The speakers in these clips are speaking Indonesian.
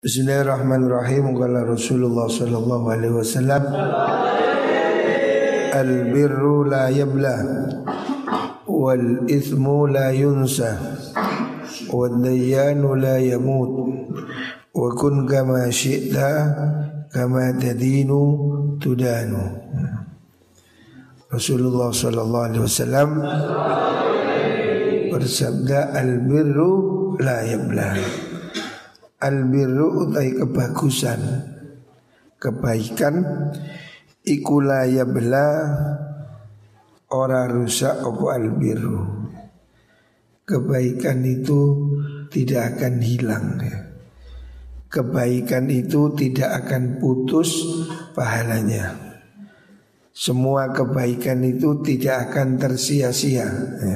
Bismillahirrahmanirrahim. Qala Rasulullah sallallahu alaihi wasallam, al-birru la yabla wal ithmu la yunsa wad dayyanu la yamut wa kun kama syi'ta kama tadinu tudanu. Rasulullah sallallahu alaihi wasallam bersabda, al-birru la yabla. Al-birru utai kebagusan, kebaikan iku la yabla ora rusak apa al-birru. Kebaikan itu tidak akan hilang ya. Kebaikan itu tidak akan putus pahalanya. Semua kebaikan itu tidak akan tersia-sia ya.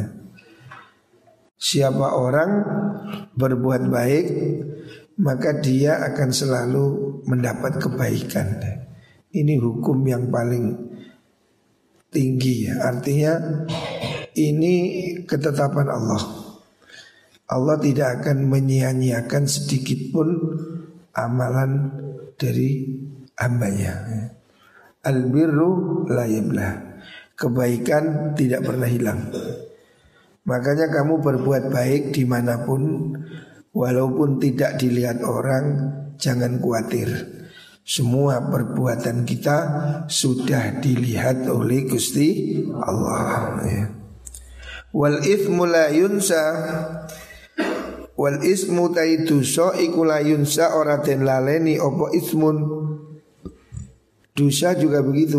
Siapa orang berbuat baik, maka dia akan selalu mendapat kebaikan. Ini hukum yang paling tinggi ya. Artinya ini ketetapan Allah. Allah tidak akan menyia-nyiakan sedikit pun amalan dari hambanya. Al-birru la yabla. Kebaikan tidak pernah hilang. Makanya kamu berbuat baik dimanapun, walaupun tidak dilihat orang, jangan khawatir. Semua perbuatan kita sudah dilihat oleh Gusti Allah ya. Wal ithmu la yunsa. Wal ismu taiduso iku la yunsa ora den laleni opo ismun. Dosa juga begitu.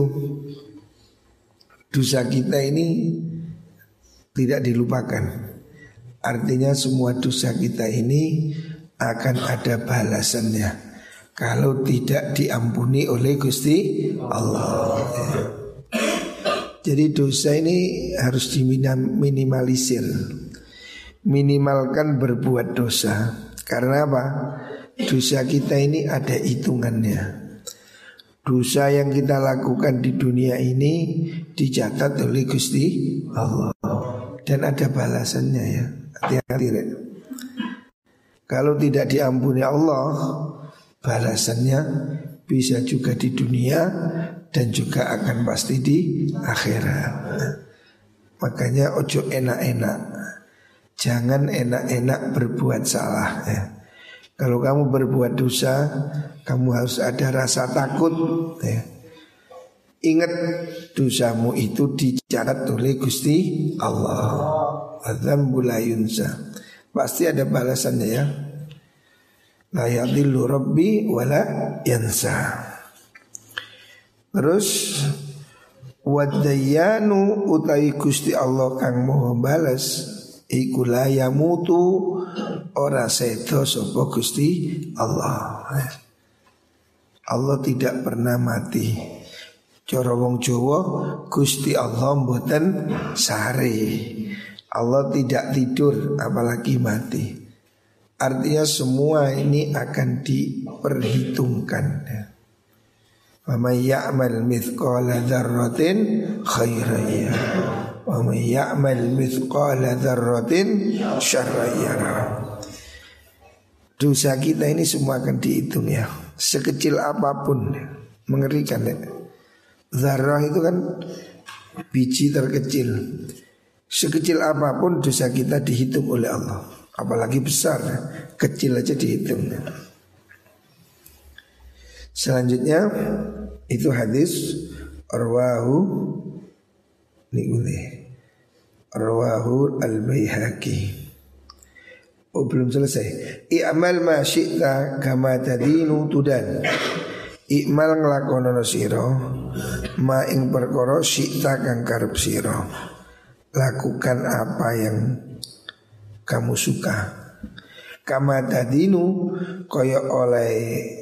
Dosa kita ini tidak dilupakan. Artinya semua dosa kita ini akan ada balasannya kalau tidak diampuni oleh Gusti Allah ya. Jadi dosa ini harus diminimalisir. Minimalkan berbuat dosa. Karena apa? Dosa kita ini ada hitungannya. Dosa yang kita lakukan di dunia ini dicatat oleh Gusti Allah. Dan ada balasannya ya. Hati-hati ya. Kalau tidak diampuni Allah, balasannya bisa juga di dunia dan juga akan pasti di akhirat. Makanya ojo enak-enak. Jangan enak-enak berbuat salah ya. Kalau kamu berbuat dosa, kamu harus ada rasa takut ya. Ingat dosamu itu dicatat oleh Gusti Allah. Adzambu la yunsa. Pasti ada balasannya ya. La yadillu rabbi wala yansa. Terus wadayyanu utai Gusti Allah kang moho balas iku la yamutu ora sedo sapa Gusti Allah. Allah tidak pernah mati. Cara wong Jawa, Gusti Allah mboten sare. Allah tidak tidur apalagi mati. Artinya semua ini akan diperhitungkan. Wa may ya'mal mithqala dzarratin khairan yara. Wa may ya'mal mithqala dzarratin syarran yara. Dosa kita ini semua akan dihitung ya. Sekecil apapun. Mengerikan ya. Zarrah itu kan biji terkecil. Sekecil apapun dosa kita dihitung oleh Allah. Apalagi besar, kecil aja dihitung. Selanjutnya itu hadis Arwahu al-Baihaqi. Oh belum selesai. I'mal ma syi'ta kama tadinu tudan. I'mal nglakonono sira ma ing perkara syi'ta kang karep sira. Lakukan apa yang kamu suka. Kama tadinu kaya oleh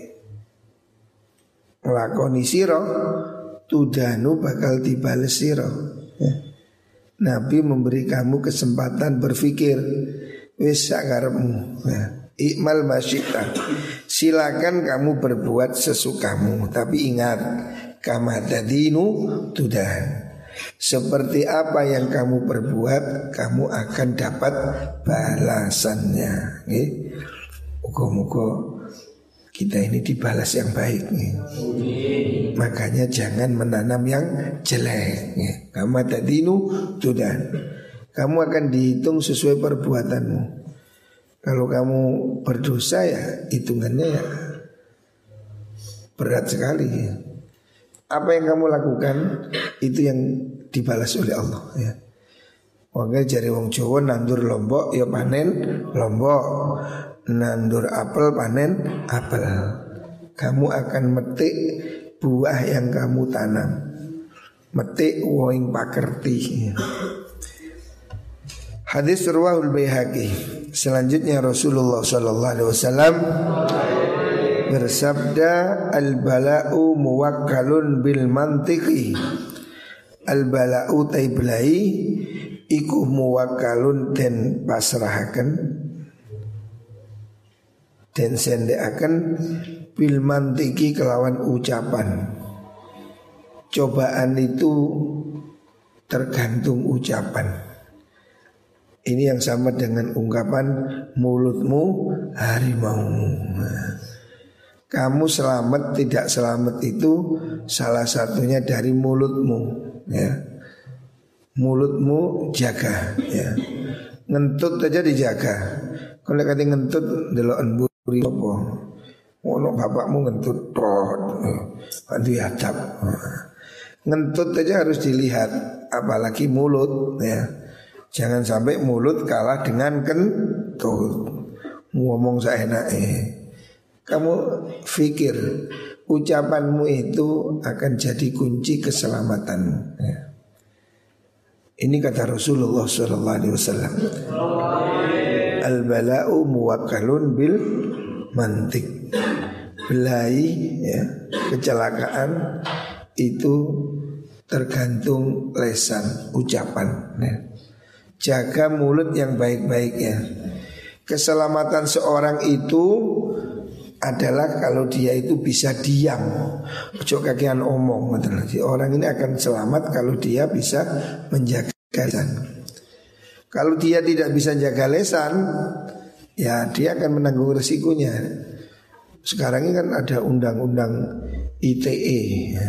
nglakoni sira tudanu bakal dibales sira ya. Nabi memberi kamu kesempatan berpikir. Wis sak karepmu ya. I'mal masyita. Silakan kamu berbuat sesukamu, tapi ingat kama tadinu tudan. Seperti apa yang kamu perbuat, kamu akan dapat balasannya. Muga-muga kita ini dibalas yang baik. Makanya jangan menanam yang jelek. Kamu tadinu tudan. Kamu akan dihitung sesuai perbuatanmu. Kalau kamu berdosa ya hitungannya ya berat sekali. Apa yang kamu lakukan itu yang dibalas oleh Allah ya. Wong jare wong Jawa nandur lombok ya panen lombok, nandur apel panen apel. Kamu akan metik buah yang kamu tanam. Metik woing pakerti. Hadis riwayat Baihaqi. Selanjutnya Rasulullah sallallahu alaihi wasallam bersabda, al-bala'u muwakkalun bil mantiqi. Al-bala'u taibelai iku muwakkalun den pasrahaken den sendekaken bil mantiki kelawan ucapan. Cobaan itu tergantung ucapan. Ini yang sama dengan ungkapan mulutmu harimaumu. Kamu selamat tidak selamat itu salah satunya dari mulutmu ya. Mulutmu jaga ya. Ngentut aja dijaga. Kalau kata ngentut deloken mburi apa? Ono bapakmu ngentut trot. Antu adab. Ngentut aja harus dilihat, apalagi mulut ya. Jangan sampai mulut kalah dengan kentut. Ngomong seenaknya. Kamu pikir ucapanmu itu akan jadi kunci keselamatanmu ya. Ini kata Rasulullah SAW. Al-bala'u muwakkalun bil mantik. Belai ya, kecelakaan itu tergantung lesan, ucapan ya. Jaga mulut yang baik-baik ya. Keselamatan seorang itu adalah kalau dia itu bisa diam, ojo kakean omong. Orang ini akan selamat kalau dia bisa menjaga lisan. Kalau dia tidak bisa jaga lisan, ya dia akan menanggung resikonya. Sekarang ini kan ada undang-undang ITE ya.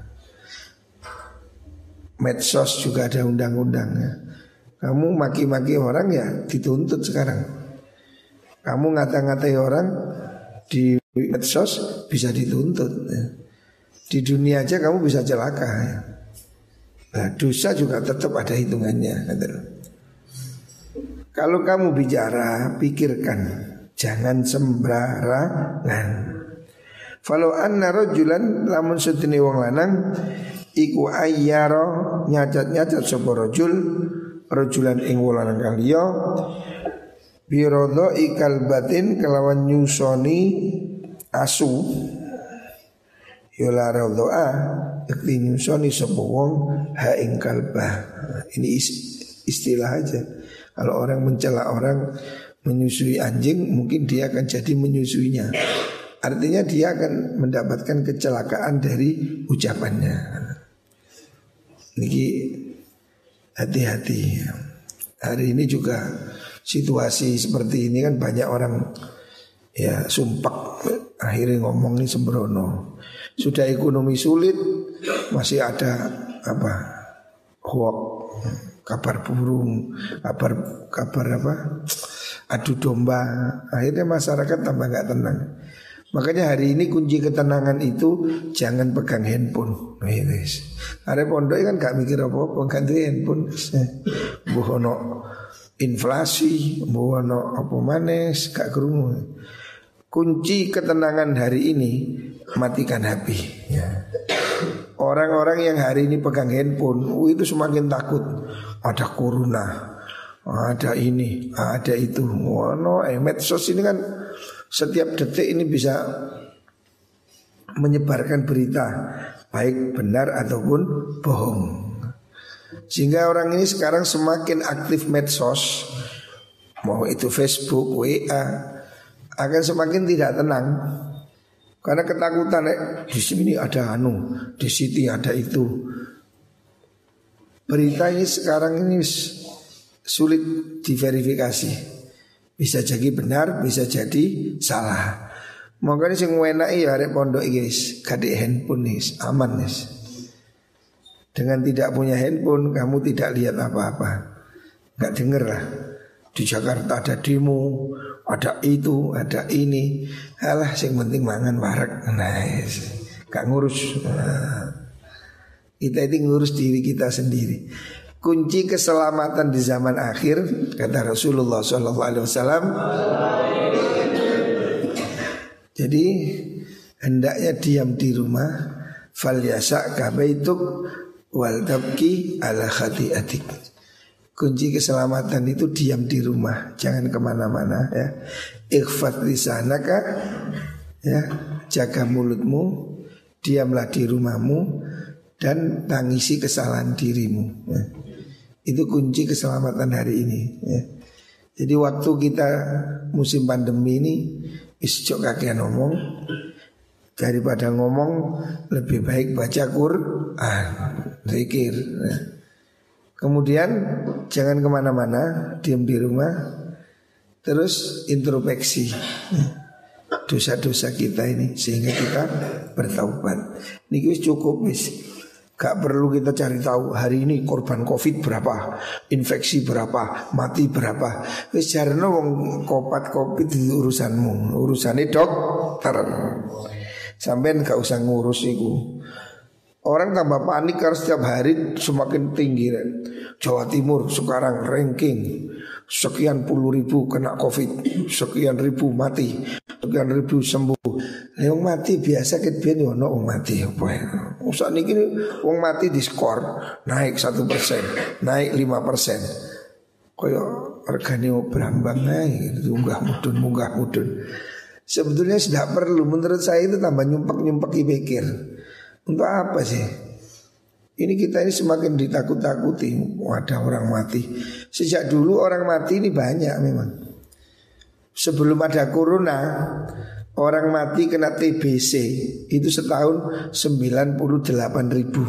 Medsos juga ada undang-undangnya. Kamu maki-maki orang ya dituntut sekarang. Kamu ngata-ngatai orang di medsos bisa dituntut ya. Di dunia aja kamu bisa celaka ya. Nah, dosa juga tetap ada hitungannya. Kalau kamu bicara, pikirkan, jangan sembarangan. Falau anna rajulan lamun sedene wong lanang iku ayyara nyacat-nyacat sapa rajul rajulan ing wong lanang kaliya birodho ikal batin kelawan nyusoni asu yola rodhoa yakti nyusoni sapa wong ha ing kalbah. Ini istilah aja. Kalau orang mencela orang menyusui anjing, mungkin dia akan jadi menyusuinya. Artinya dia akan mendapatkan kecelakaan dari ucapannya. Niki hati-hati. Hari ini juga situasi seperti ini kan banyak orang ya sumpak akhirnya ngomong ini sembrono. Sudah ekonomi sulit masih ada apa hoax, kabar burung, kabar apa adu domba. Akhirnya masyarakat tambah nggak tenang. Makanya hari ini kunci ketenangan itu jangan pegang handphone. Ada pondok kan gak mikir apa-apa, ganti handphone. Bohono inflasi, bohono apa manes, gak kerungu. Kunci ketenangan hari ini matikan HP. Ya. Orang-orang yang hari ini pegang handphone, itu semakin takut. Ada corona, ada ini, ada itu. Medsos ini kan setiap detik ini bisa menyebarkan berita baik benar ataupun bohong. Sehingga orang ini sekarang semakin aktif medsos, mau itu Facebook, WA, akan semakin tidak tenang. Karena ketakutan di sini ada di sini ada itu. Berita ini sekarang ini sulit diverifikasi. Bisa jadi benar, bisa jadi salah. Makanya sing wenaki ya arek pondok iki guys, gade handphone nih, aman nih. Dengan tidak punya handphone kamu tidak lihat apa-apa. Enggak denger lah. Di Jakarta ada demo, ada itu, ada ini. Alah sing penting mangan warak. Nice. Gak ngurus. Kita itu ngurus diri kita sendiri. Kunci keselamatan di zaman akhir kata Rasulullah SAW. Jadi hendaknya diam di rumah, fal yasa kabaituk wal tabki ala khati'atik. Kunci keselamatan itu diam di rumah, jangan kemana-mana ya. Ikhfat lisanaka, ya, jaga mulutmu, diamlah di rumahmu dan tangisi kesalahan dirimu. Ya. Itu kunci keselamatan hari ini. Ya. Jadi waktu kita musim pandemi ini, isjok kakean ngomong. Daripada ngomong lebih baik baca Quran, zikir. Nah. Kemudian jangan kemana-mana, diam di rumah. Terus introspeksi dosa-dosa kita ini sehingga kita bertaubat. Ini cukup wis. Gak perlu kita cari tahu hari ini korban COVID berapa, infeksi berapa, mati berapa. Wis jarno wong kopat COVID itu urusanmu, urusannya dokter. Sampean gak usah ngurus itu. Orang tambah panik karena setiap hari semakin tinggi. Jawa Timur sekarang ranking sekian puluh ribu kena COVID, sekian ribu mati, sekian ribu sembuh. Yang mati biasa ketbian yono wong mati apa ya? Usah niki wong mati di skor naik 1%, naik 5%. Koyo regane berambang naik, munggah mudun. Sebetulnya sudah perlu, menurut saya itu tambah nyumpak-nyumpaki pikir. Untuk apa sih? Ini kita ini semakin ditakut-takuti. Ada orang mati. Sejak dulu orang mati ini banyak memang. Sebelum ada corona, orang mati kena TBC itu setahun 98 ribu.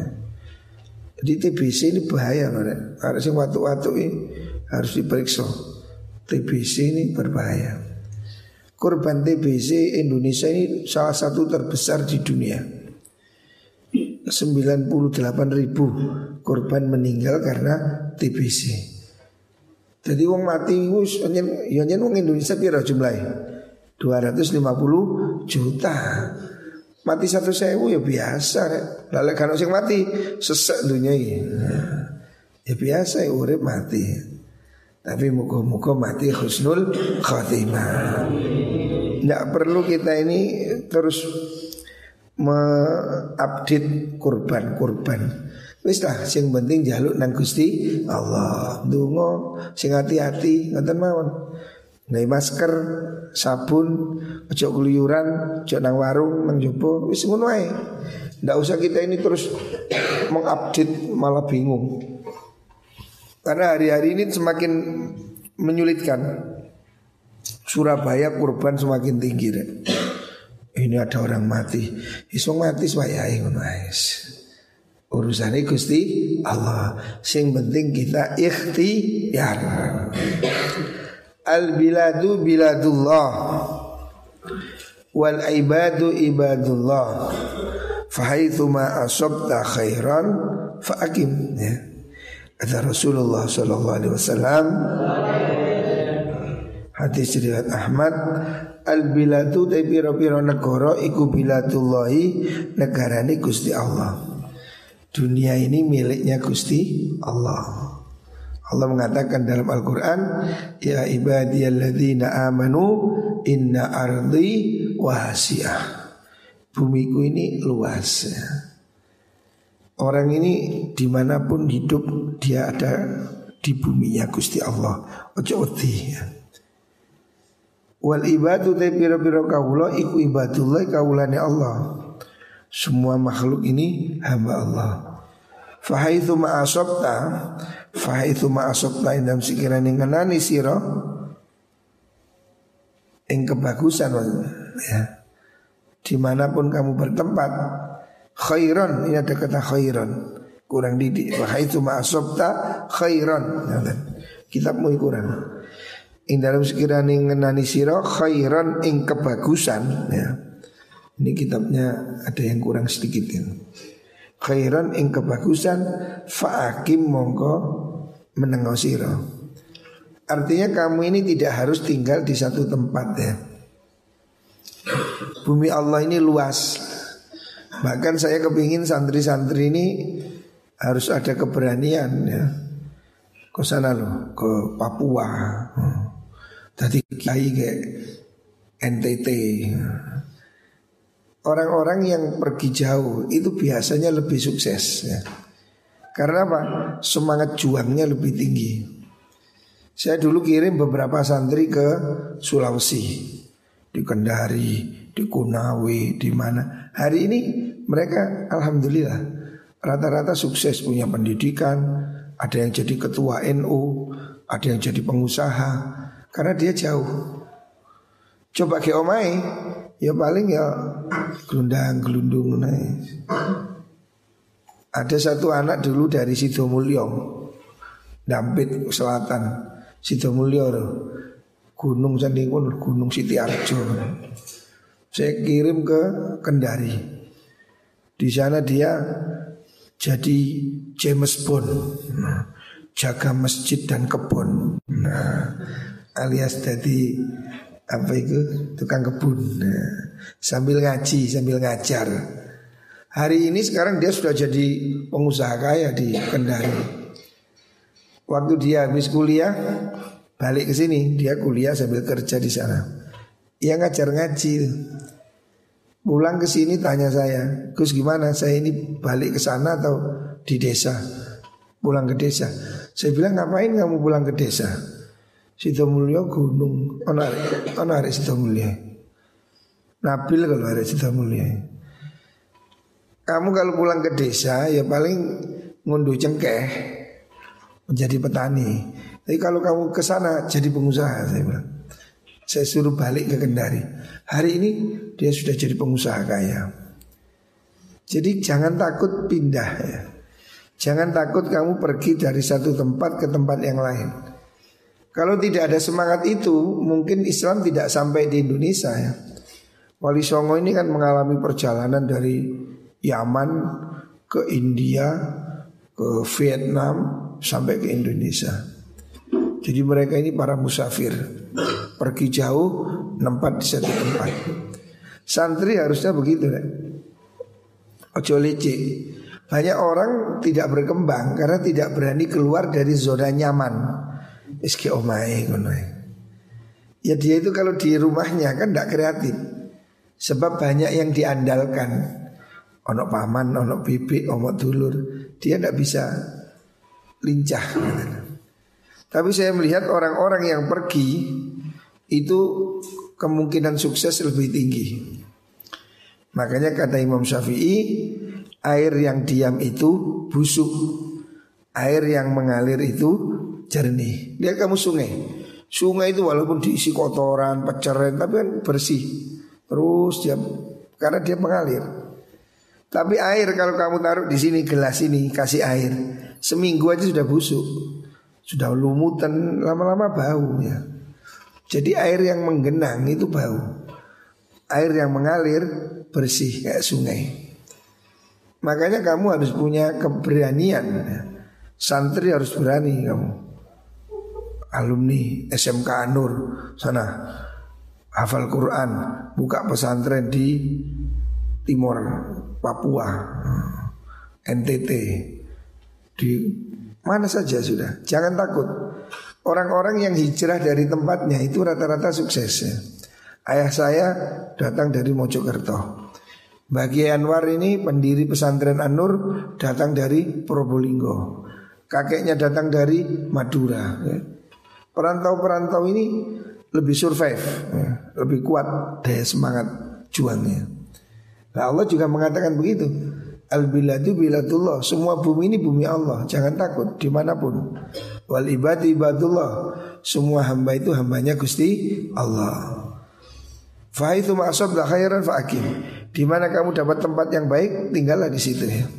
Jadi TBC ini bahaya loh. Harus yang waktu-waktu ini harus diperiksa. TBC ini berbahaya. Korban TBC Indonesia ini salah satu terbesar di dunia. 98 ribu korban meninggal karena TBC. Jadi wong mati nyen wong Indonesia pira jumlahnya? 250 juta. Mati 1.000 ya biasa. Lalu kan sing mati sesek dunia ini. Ya biasa ya urip mati. Tapi muka-muka mati husnul khatimah. Tidak perlu kita ini terus mengupdate kurban. Wis lah, sing penting jaluk nang Gusti Allah. Ndonga sing hati-hati ngoten mawon. Nggawe masker, sabun, ojo keluyuran, ojo nang warung, nang jopo, wis ngono ae. Ndak usah kita ini terus mengupdate malah bingung. Karena hari-hari ini semakin menyulitkan. Surabaya kurban semakin tinggi deh. Ini ada orang mati. Isong mati swayai ngono ae. Urusannya Gusti Allah. Sing penting kita ikhtiar. Al biladu biladullah wal ibadu ibadullah. Fahaitsu ma asabta khairan faakim ya. Kata Rasulullah sallallahu alaihi wasallam, hadis riwayat Ahmad, al biladu te pira-pira negara iku biladullahi, negarane Gusti Allah. Dunia ini miliknya Gusti Allah. Allah mengatakan dalam Al-Quran, ya ibadiyalladzina amanu inna ardi wasi'ah. Bumiku ini luas ya. Orang ini dimanapun hidup dia ada di buminya Gusti Allah. Ojo wedi ya. Wal ibadu te pira-pira kawula iku ibadullah kawulane Allah. Semua makhluk ini hamba Allah. Fahaitsu ma asabta indam sekiranya ngenani sira ing kebagusan ya. Dimanapun kamu bertempat, khairan, ini ada kata khairan, kurang didik. Fahaitsu ma asabta khairan. Kitabmu kurang. ing dalam sekiranya ngenani sira khairan ing kebagusan ya. Ini kitabnya ada yang kurang sedikit ya. Khairan ing kebagusan fa'akim mongko menengo sira. Artinya kamu ini tidak harus tinggal di satu tempat ya. Bumi Allah ini luas. Bahkan saya kepingin santri-santri ini harus ada keberanian ya. Ke sana loh, ke Papua. Tadi kiai kayak NTT. Orang-orang yang pergi jauh itu biasanya lebih sukses ya. Karena apa? Semangat juangnya lebih tinggi. Saya dulu kirim beberapa santri ke Sulawesi, di Kendari, di Konawe, di mana. Hari ini mereka alhamdulillah rata-rata sukses, punya pendidikan. Ada yang jadi ketua NU, ada yang jadi pengusaha. Karena dia jauh. Coba ke omai, ya paling ya gelundang-gelundung naik. Ada satu anak dulu dari Sidomulyo, Dampit Selatan, Sidomulyo, Gunung Sandingun, Gunung Sitiarjo. Saya kirim ke Kendari. Di sana dia jadi James Bond, jaga masjid dan kebun. Alias jadi apa itu, tukang kebun. Sambil ngaji, sambil ngajar. Hari ini sekarang dia sudah jadi pengusaha kaya di Kendari. Waktu dia habis kuliah balik ke sini, dia kuliah sambil kerja di sana. Ia ngajar ngaji. Pulang ke sini tanya saya, Gus gimana? Saya ini balik ke sana atau di desa? Pulang ke desa. Saya bilang ngapain kamu pulang ke desa? Sidomulyo gunung, onarik Sidomulyo. Nabil kalau ada Sidomulyo. Kamu kalau pulang ke desa ya paling ngunduh cengkeh menjadi petani. Tapi kalau kamu ke sana jadi pengusaha, saya bilang. Saya suruh balik ke Kendari. Hari ini dia sudah jadi pengusaha kaya. Jadi jangan takut pindah ya. Jangan takut kamu pergi dari satu tempat ke tempat yang lain. Kalau tidak ada semangat itu, mungkin Islam tidak sampai di Indonesia ya. Wali Songo ini kan mengalami perjalanan dari Yaman ke India, ke Vietnam, sampai ke Indonesia. Jadi mereka ini para musafir, pergi jauh, nempat di satu tempat. Santri harusnya begitu deh. Ojo lecek. Banyak orang tidak berkembang karena tidak berani keluar dari zona nyaman. Iski omai ngono. Ya dia itu kalau di rumahnya kan tidak kreatif. Sebab banyak yang diandalkan. Ono paman, ono bibi, ono dulur. Dia tidak bisa lincah. Tapi saya melihat orang-orang yang pergi itu kemungkinan sukses lebih tinggi. Makanya kata Imam Syafi'i, air yang diam itu busuk, air yang mengalir itu jernih. Lihat kamu sungai. Sungai itu walaupun diisi kotoran, peceren, tapi kan bersih. Terus dia karena dia mengalir. Tapi air kalau kamu taruh di sini, gelas ini kasih air, seminggu aja sudah busuk. Sudah lumutan, lama-lama bau ya. Jadi air yang menggenang itu bau. Air yang mengalir bersih kayak sungai. Makanya kamu harus punya keberanian ya. Santri harus berani kamu. Alumni SMK Anur sana hafal Quran, buka pesantren di Timor, Papua, NTT, di mana saja sudah. Jangan takut. Orang-orang yang hijrah dari tempatnya itu rata-rata sukses ya. Ayah saya datang dari Mojokerto. Bagi Anwar ini pendiri pesantren An-Nur datang dari Probolinggo. Kakeknya datang dari Madura ya. Perantau-perantau ini lebih survive ya. Lebih kuat daya semangat juangnya. Nah Allah juga mengatakan begitu. Al-biladu biladullah. Semua bumi ini bumi Allah. Jangan takut dimanapun. Wal ibadi ibadullah. Semua hamba itu hambanya Gusti Allah. Fa'ithu ma'asabda khairan fa'akim. Di mana kamu dapat tempat yang baik, tinggallah di situ ya.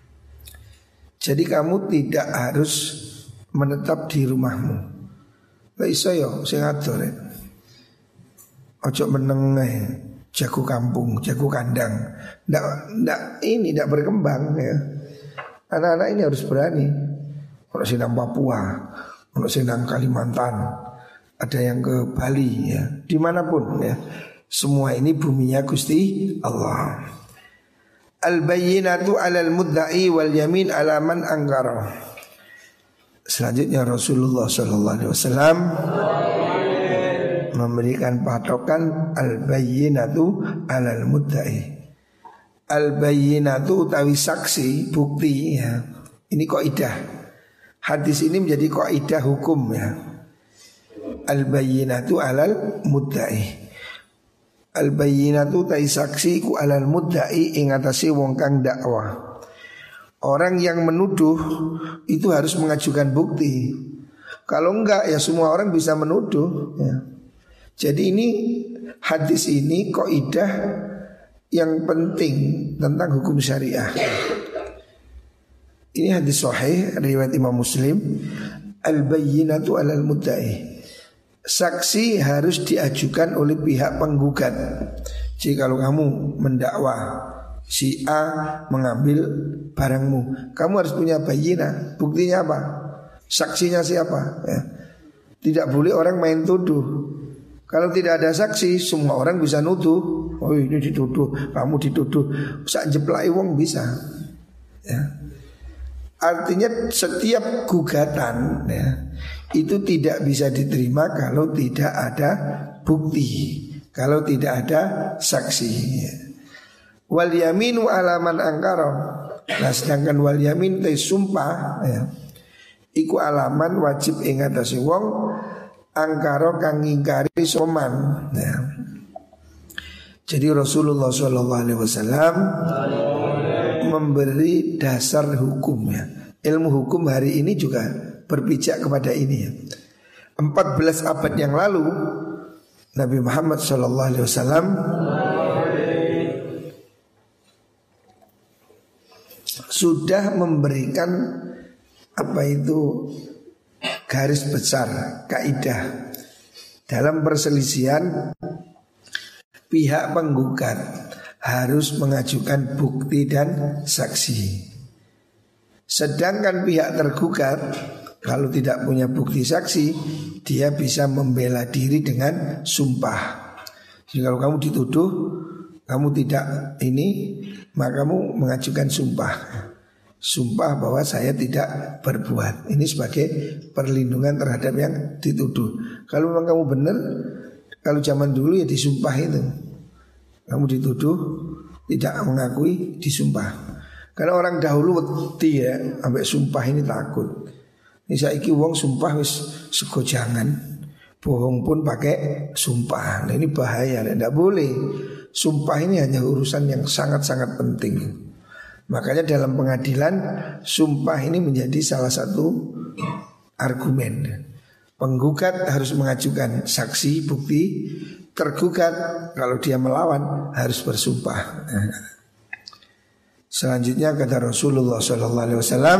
Jadi kamu tidak harus menetap di rumahmu. Lah iso yo sing adoh rek. Ojo meneng jago kampung, jago kandang. Ndak berkembang ya. Anak-anak ini harus berani. Kalau sing nang Papua, kalau sing nang Kalimantan, ada yang ke Bali ya, dimanapun ya. Semua ini buminya Gusti Allah. Al-bayyinatu 'alal mudda'i wal yamin 'ala man angkara. Selanjutnya Rasulullah sallallahu alaihi wasallam memberikan patokan al-bayyinatu 'alal mudda'i. Al-bayyinatu utawi saksi, bukti ya. Ini kaidah. Hadis ini menjadi kaidah hukum ya. Al-bayyinatu 'alal mudda'i. Al-bayyinatu ta'i saksi ku 'alal mudda'i ing atase wong kang dakwah. Orang yang menuduh itu harus mengajukan bukti. Kalau enggak ya semua orang bisa menuduh ya. Jadi ini hadis ini kaidah yang penting tentang hukum syariah. Ini hadis sahih riwayat Imam Muslim. Al-bayyinatu 'alal mudda'i. Saksi harus diajukan oleh pihak penggugat. Jadi kalau kamu mendakwa si A mengambil barangmu, kamu harus punya bayyinah. Buktinya apa? Saksinya siapa ya. Tidak boleh orang main tuduh. Kalau tidak ada saksi, semua orang bisa nuduh. Oh ini dituduh, kamu dituduh. Sak jeplai wong bisa ya. Artinya setiap gugatan ya, itu tidak bisa diterima kalau tidak ada bukti, kalau tidak ada saksi ya. Wal yaminu 'ala man angkara. Nah sedangkan wal yamin itu sumpah ya, iku alaman wajib ing atase wong angkara kang ngingkari soman ya. Jadi Rasulullah SAW memberi dasar hukum ya. Ilmu hukum hari ini juga berpijak kepada ini ya. 14 abad yang lalu Nabi Muhammad SAW sudah memberikan apa itu garis besar kaidah dalam perselisihan. Pihak penggugat harus mengajukan bukti dan saksi. Sedangkan pihak tergugat kalau tidak punya bukti saksi, dia bisa membela diri dengan sumpah. Jadi kalau kamu dituduh, kamu tidak ini, maka kamu mengajukan sumpah. Sumpah bahwa saya tidak berbuat. Ini sebagai perlindungan terhadap yang dituduh. Kalau memang kamu benar, kalau zaman dulu ya disumpah itu. Kamu dituduh tidak mengakui, disumpah. Karena orang dahulu wedi ya, sampai sumpah ini takut. Ini saiki wong sumpah wis segojangan. Bohong pun pakai sumpah. Nah ini bahaya, tidak boleh. Sumpah ini hanya urusan yang sangat-sangat penting. Makanya dalam pengadilan sumpah ini menjadi salah satu argumen. Penggugat harus mengajukan saksi, bukti. Tergugat kalau dia melawan harus bersumpah. Selanjutnya kata Rasulullah SAW,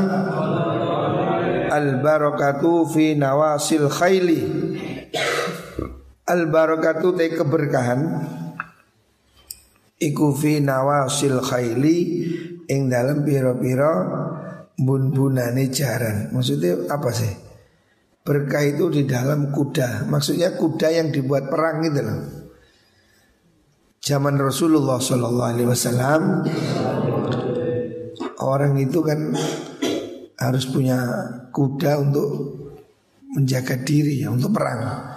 al-barakatu fi nawasil khayli. Al-barakatu te keberkahan iku fi nawasil khayli ing dalam piro-piro bun-bunane jaran. Maksudnya apa sih? Berkah itu di dalam kuda. Maksudnya kuda yang dibuat perang gitu loh. Zaman Rasulullah SAW orang itu kan harus punya kuda untuk menjaga diri ya, untuk perang.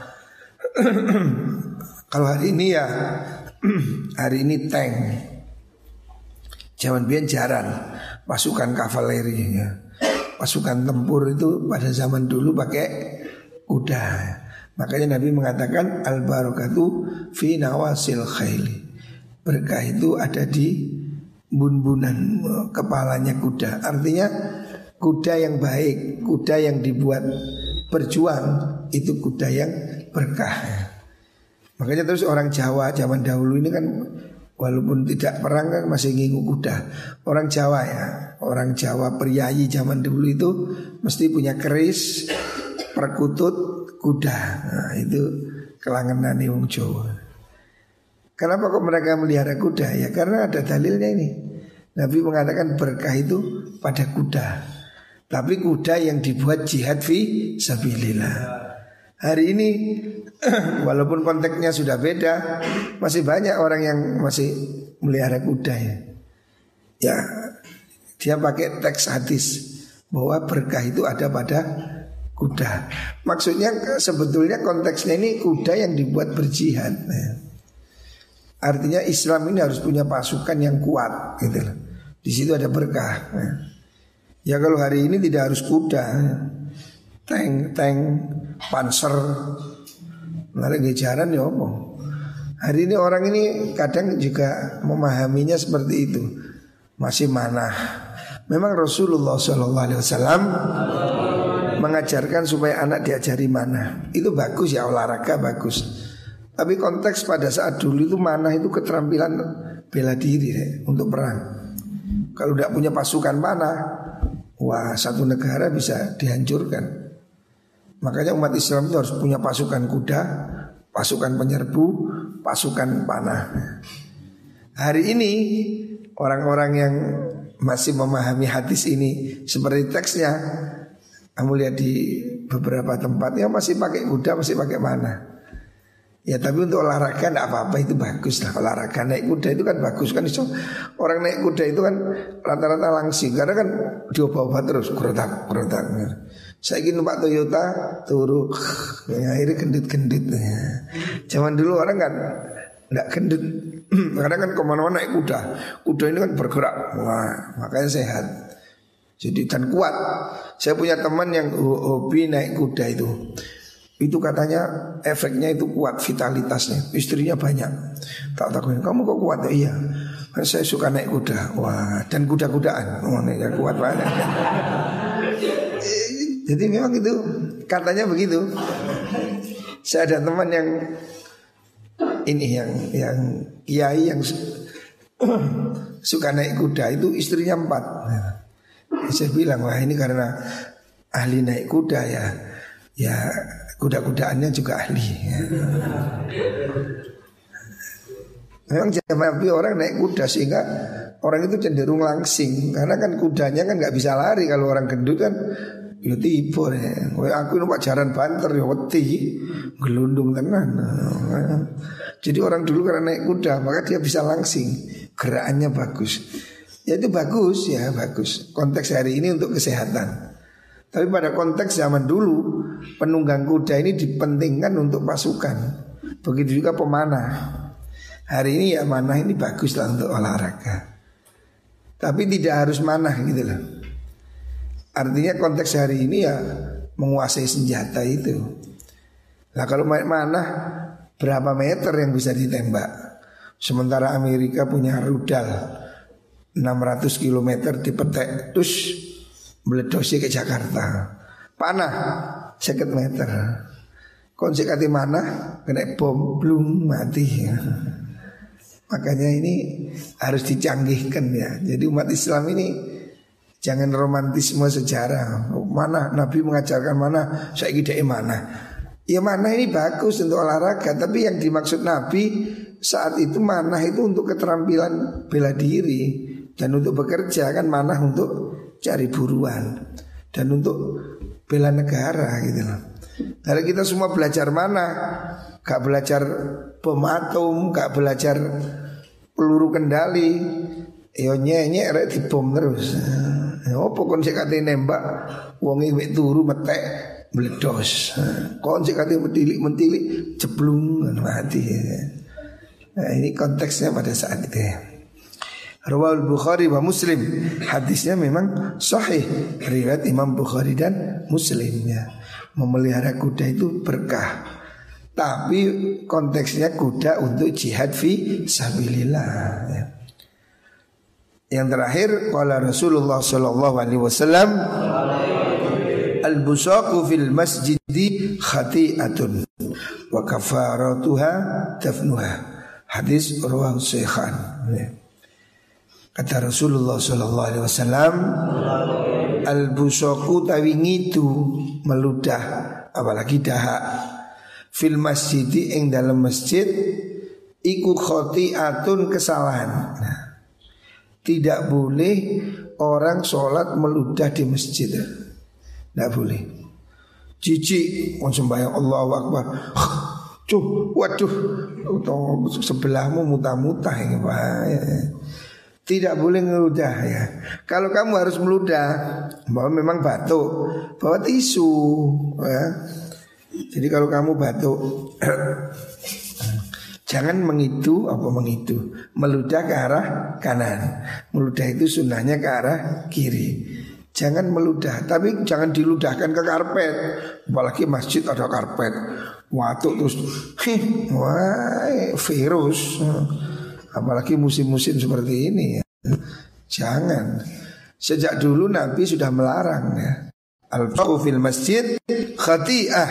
Kalau hari ini ya hari ini tank. Zaman biyen jaran, pasukan kavaleri ya. Pasukan tempur itu pada zaman dulu pakai kuda. Makanya Nabi mengatakan al-barakatu fi nawasil khayli. Berkah itu ada di bun-bunan kepalanya kuda. Artinya kuda yang baik, kuda yang dibuat berjuang, itu kuda yang berkah. Makanya terus orang Jawa zaman dahulu ini kan walaupun tidak perang kan masih ngingu kuda. Orang Jawa ya, orang Jawa priayi zaman dulu itu mesti punya keris, perkutut, kuda. Nah, itu kelangenan wong Jawa. Kenapa kok mereka melihara kuda? Ya karena ada dalilnya ini. Nabi mengatakan berkah itu pada kuda. Tapi kuda yang dibuat jihad fi sabilillah. Hari ini walaupun konteksnya sudah beda, masih banyak orang yang masih melihara kuda ya. Ya, dia pakai teks hadis bahwa berkah itu ada pada kuda. Maksudnya sebetulnya konteksnya ini kuda yang dibuat berjihad ya. Artinya Islam ini harus punya pasukan yang kuat gitu loh. Di situ ada berkah ya. Ya kalau hari ini tidak harus kuda ya. Tank, panser, nggak gejaran ya apa. Hari ini orang ini kadang juga memahaminya seperti itu. Masih manah. Memang Rasulullah SAW mengajarkan supaya anak diajari manah. Itu bagus ya, olahraga bagus. Tapi konteks pada saat dulu itu manah itu keterampilan bela diri ya, untuk perang. Kalau tidak punya pasukan manah, wah satu negara bisa dihancurkan. Makanya umat Islam itu harus punya pasukan kuda, pasukan penyerbu, pasukan panah. Hari ini orang-orang yang masih memahami hadis ini seperti teksnya, kamu lihat di beberapa tempat yang masih pakai kuda, masih pakai panah. Ya tapi untuk olahraga tidak apa-apa, itu bagus lah. Olahraga naik kuda itu kan bagus kan. Orang naik kuda itu kan rata-rata langsing, karena kan diobah-obah terus, gerotak. Saya ingin numpak Toyota turu ya, akhirnya gendut-gendut ya. Zaman dulu orang kan tidak gendut karena kan kemana-mana naik kuda. Kuda ini kan bergerak, wah, makanya sehat. Jadi dan kuat. Saya punya teman yang hobi naik kuda itu katanya efeknya itu kuat, vitalitasnya. Istrinya banyak. Tak takutin, kamu kok kuat? Ya, iya, karena saya suka naik kuda. Wah, dan kuda-kudaan. Wah, ya kuat banget. Jadi memang itu katanya begitu. Saya ada teman yang ini yang kiai yang suka naik kuda itu istrinya 4. Saya bilang wah ini karena ahli naik kuda ya kuda-kudaannya juga ahli. Ya. Memang zaman orang naik kuda sehingga orang itu cenderung langsing karena kan kudanya kan nggak bisa lari. Kalau orang gendut kan ya tiba ya. Aku numpak jaran banter ya wedi, gelundung tenan. Jadi orang dulu karena naik kuda maka dia bisa langsing, gerakannya bagus. Ya itu bagus ya, bagus. Konteks hari ini untuk kesehatan. Tapi pada konteks zaman dulu penunggang kuda ini dipentingkan untuk pasukan. Begitu juga pemanah. Hari ini ya manah ini bagus lah untuk olahraga. Tapi tidak harus manah gitu loh. Artinya konteks hari ini ya menguasai senjata itu. Nah kalau manah berapa meter yang bisa ditembak? Sementara Amerika punya rudal 600 km dipetek terus meledosi ke Jakarta. Panah 50 meter. Konsekati mana kena bom belum mati. Makanya ini harus dicanggihkan ya. Jadi umat Islam ini jangan romantisme sejarah. Mana Nabi mengajarkan mana, saya ide mana. Ya mana ini bagus untuk olahraga, tapi yang dimaksud Nabi saat itu mana itu untuk keterampilan bela diri dan untuk bekerja kan mana untuk cari buruan dan untuk bela negara gitu loh. Kalau kita semua belajar mana, gak belajar bom atom, gak belajar peluru kendali, yo nyenyek rek dibom terus. Opo kon sik kate nembak wonge wek turu metek meledos. Kon sik kate mentilik jeblung mati. Nah, ini konteksnya pada saat itu ya. Rawal Bukhari wa Muslim. Hadisnya memang sahih, riwayat Imam Bukhari dan Muslim ya. Memelihara kuda itu berkah. Tapi konteksnya kuda untuk jihad fi sabilillah ya. Yang terakhir qala Rasulullah sallallahu alaihi wasallam al-busaqu fil masjidi khati'atun wa kafaratuha dafnuha. Hadis rawahu Shaykhan ya. Kata Rasulullah sallallahu alaihi wasallam al-busaqu tawingitu meludah apalagi dahak. Fil masjidi ing dalam masjid iku khoti'atun kesalahan. Nah, tidak boleh orang sholat meludah di masjid. Tidak boleh. Jijik sembahyang Allahu Akbar. Waduh, sebelahmu muntah-muntah ini bahaya. Tidak boleh ngeludah ya. Kalau kamu harus meludah, bawa memang batuk, bawa tisu ya. Jadi kalau kamu batuk jangan meludah ke arah kanan. Meludah itu sunnahnya ke arah kiri. Jangan meludah, tapi jangan diludahkan ke karpet. Apalagi masjid ada karpet. Watuk terus wah virus. Apalagi musim-musim seperti ini ya. Jangan. Sejak dulu Nabi sudah melarang ya. Al-fa'u fil masjid khati'ah.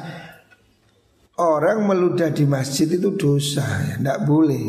Orang meludah di masjid itu dosa ya, tidak boleh.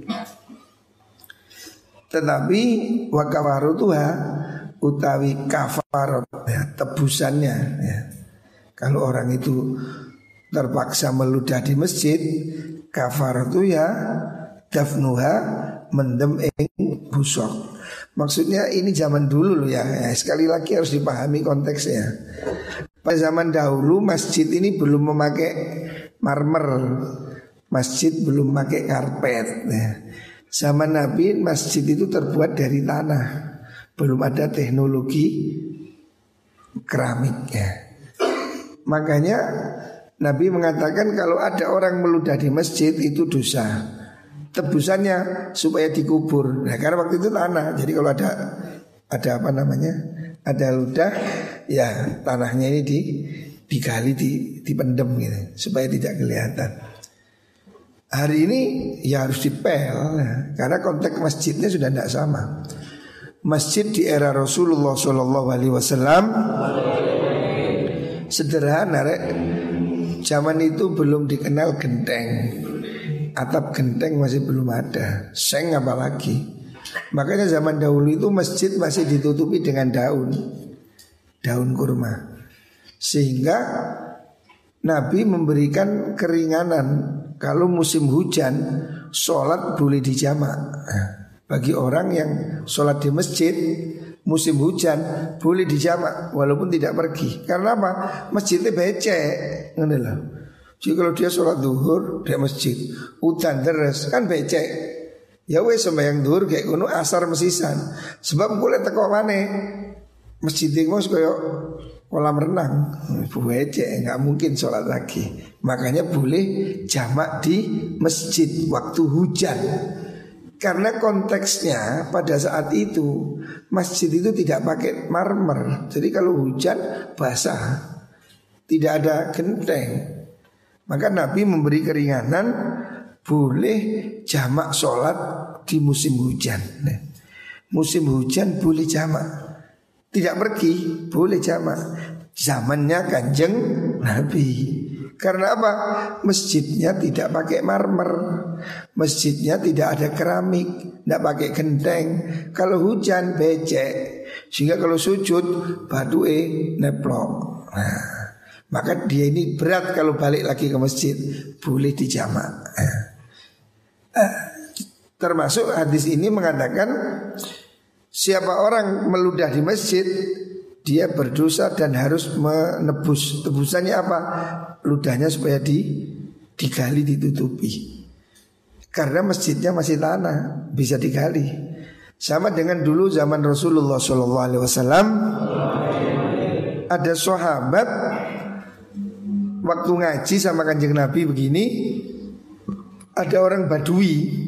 Tetapi wa kafaratuha utawi kafarat ya, tebusannya ya. Kalau orang itu terpaksa meludah di masjid, kafaratu ya dafnuha mendem ing busok. Maksudnya ini zaman dulu loh ya. Sekali lagi harus dipahami konteksnya. Pada zaman dahulu masjid ini belum memakai marmer, masjid belum pakai karpet ya. Zaman Nabi masjid itu terbuat dari tanah, belum ada teknologi keramik ya. Makanya Nabi mengatakan kalau ada orang meludah di masjid itu dosa. Tebusannya supaya dikubur. Nah, karena waktu itu tanah. Jadi kalau ada apa namanya? Ada ludah, ya tanahnya ini digali, dipendem gitu supaya tidak kelihatan. Hari ini ya harus dipel karena konteks masjidnya sudah tidak sama. Masjid di era Rasulullah SAW sederhana, rek. Zaman itu belum dikenal genteng. Atap genteng masih belum ada, seng apalagi. Makanya zaman dahulu itu masjid masih ditutupi dengan daun kurma. Sehingga Nabi memberikan keringanan. Kalau musim hujan sholat boleh dijamak. Bagi orang yang sholat di masjid musim hujan boleh dijamak walaupun tidak pergi. Karena apa? Masjidnya becek. Jadi kalau dia sholat zuhur di masjid, udan deres kan becek. Ya wes sembahyang zuhur kayak kuno asar mesisan. Sebab boleh teko maneh. Masjid itu kayak kolam renang, becek nggak mungkin sholat lagi. Makanya boleh jamak di masjid waktu hujan. Karena konteksnya pada saat itu masjid itu tidak pakai marmer. Jadi kalau hujan basah, tidak ada genteng. Maka Nabi memberi keringanan boleh jamak sholat di musim hujan. Musim hujan boleh jamak, tidak pergi boleh jamak. Zamannya Kanjeng Nabi. Karena apa? Masjidnya tidak pakai marmer, masjidnya tidak ada keramik, tidak pakai genteng. Kalau hujan becek, sehingga kalau sujud batue neplok. Nah, maka dia ini berat kalau balik lagi ke masjid. Boleh dijamak. Termasuk hadis ini mengatakan siapa orang meludah di masjid dia berdosa dan harus menebus. Tebusannya apa? Ludahnya supaya digali, ditutupi. Karena masjidnya masih tanah, bisa digali. Sama dengan dulu zaman Rasulullah SAW, ada sahabat waktu ngaji sama Kanjeng Nabi begini, ada orang Badui,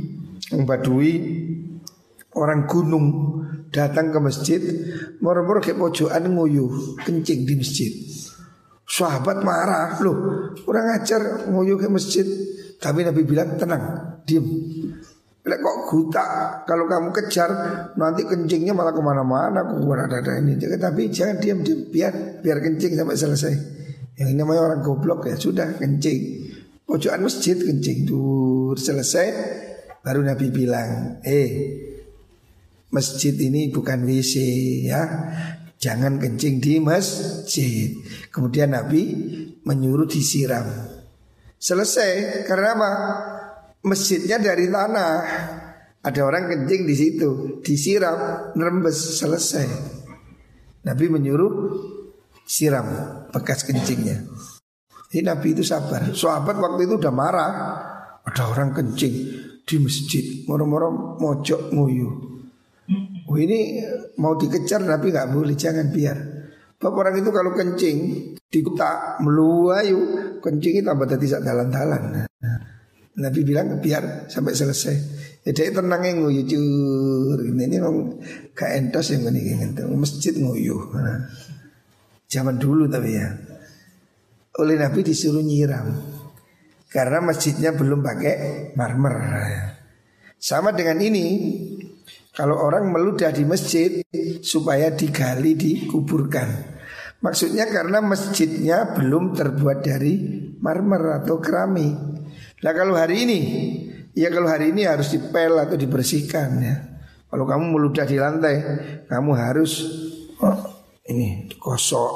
orang gunung datang ke masjid, moro-moro ke pojokan nguyuh, kencing di masjid. Sahabat marah, loh kurang ajar nguyuh ke masjid. Tapi Nabi bilang tenang, diam. Bila kok gutak, kalau kamu kejar nanti kencingnya malah kemana-mana, ada ini. Tapi jangan diam, biar kencing sampai selesai. Yang ini namanya orang goblok ya, sudah kencing pojokan masjid, kencing dur selesai. Baru Nabi bilang, masjid ini bukan WC ya. jangan kencing di masjid. Kemudian Nabi menyuruh disiram. Selesai. Karena apa? Masjidnya dari tanah. Ada orang kencing di situ, disiram, nerembes, selesai. Nabi menyuruh siram bekas kencingnya. Jadi Nabi itu sabar. Sahabat waktu itu udah marah. Ada orang kencing di masjid, moro-moro mojok nguyuh. Oh, ini mau dikejar Nabi nggak boleh, jangan biar. Bapak orang itu kalau kencing dikutak meluayu, kencingnya tambah tadi sak dalan-dalan. Nabi bilang biar sampai selesai. Jadi tenangnya nguyuh cur. Ini orang gak entos yang ini gitu. Masjid nguyuh. Zaman dulu tapi ya. Oleh Nabi disuruh nyiram. Karena masjidnya belum pakai marmer. Sama dengan ini. Kalau orang meludah di masjid supaya digali, dikuburkan. Maksudnya karena masjidnya belum terbuat dari marmer atau keramik. Nah kalau hari ini, ya kalau hari ini harus dipel atau dibersihkan ya. Kalau kamu meludah di lantai, kamu harus ini gosok,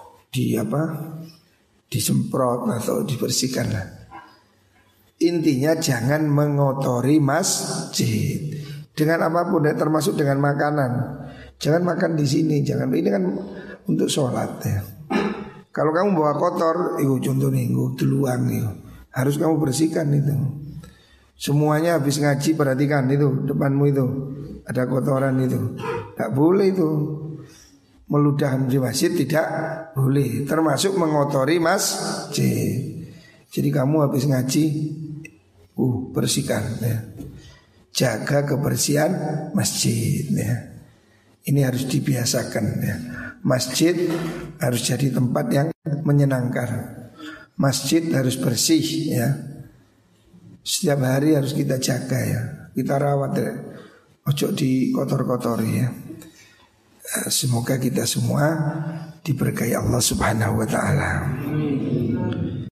disemprot atau dibersihkan lah. Intinya jangan mengotori masjid dengan apapun, termasuk dengan makanan. Jangan makan di sini, jangan, ini kan untuk sholat ya. Kalau kamu bawa kotor, contohnya teluang harus kamu bersihkan itu. Semuanya habis ngaji perhatikan itu depanmu itu ada kotoran itu, tidak boleh itu. Meludah di masjid tidak boleh, termasuk mengotori masjid. Jadi kamu habis ngaji, bersihkan ya. Jaga kebersihan masjid ya. Ini harus dibiasakan ya. Masjid harus jadi tempat yang menyenangkan. Masjid harus bersih ya. Setiap hari harus kita jaga ya. Kita rawat ya. Ojo dikotor-kotori ya. Semoga kita semua diberkahi Allah Subhanahu wa taala.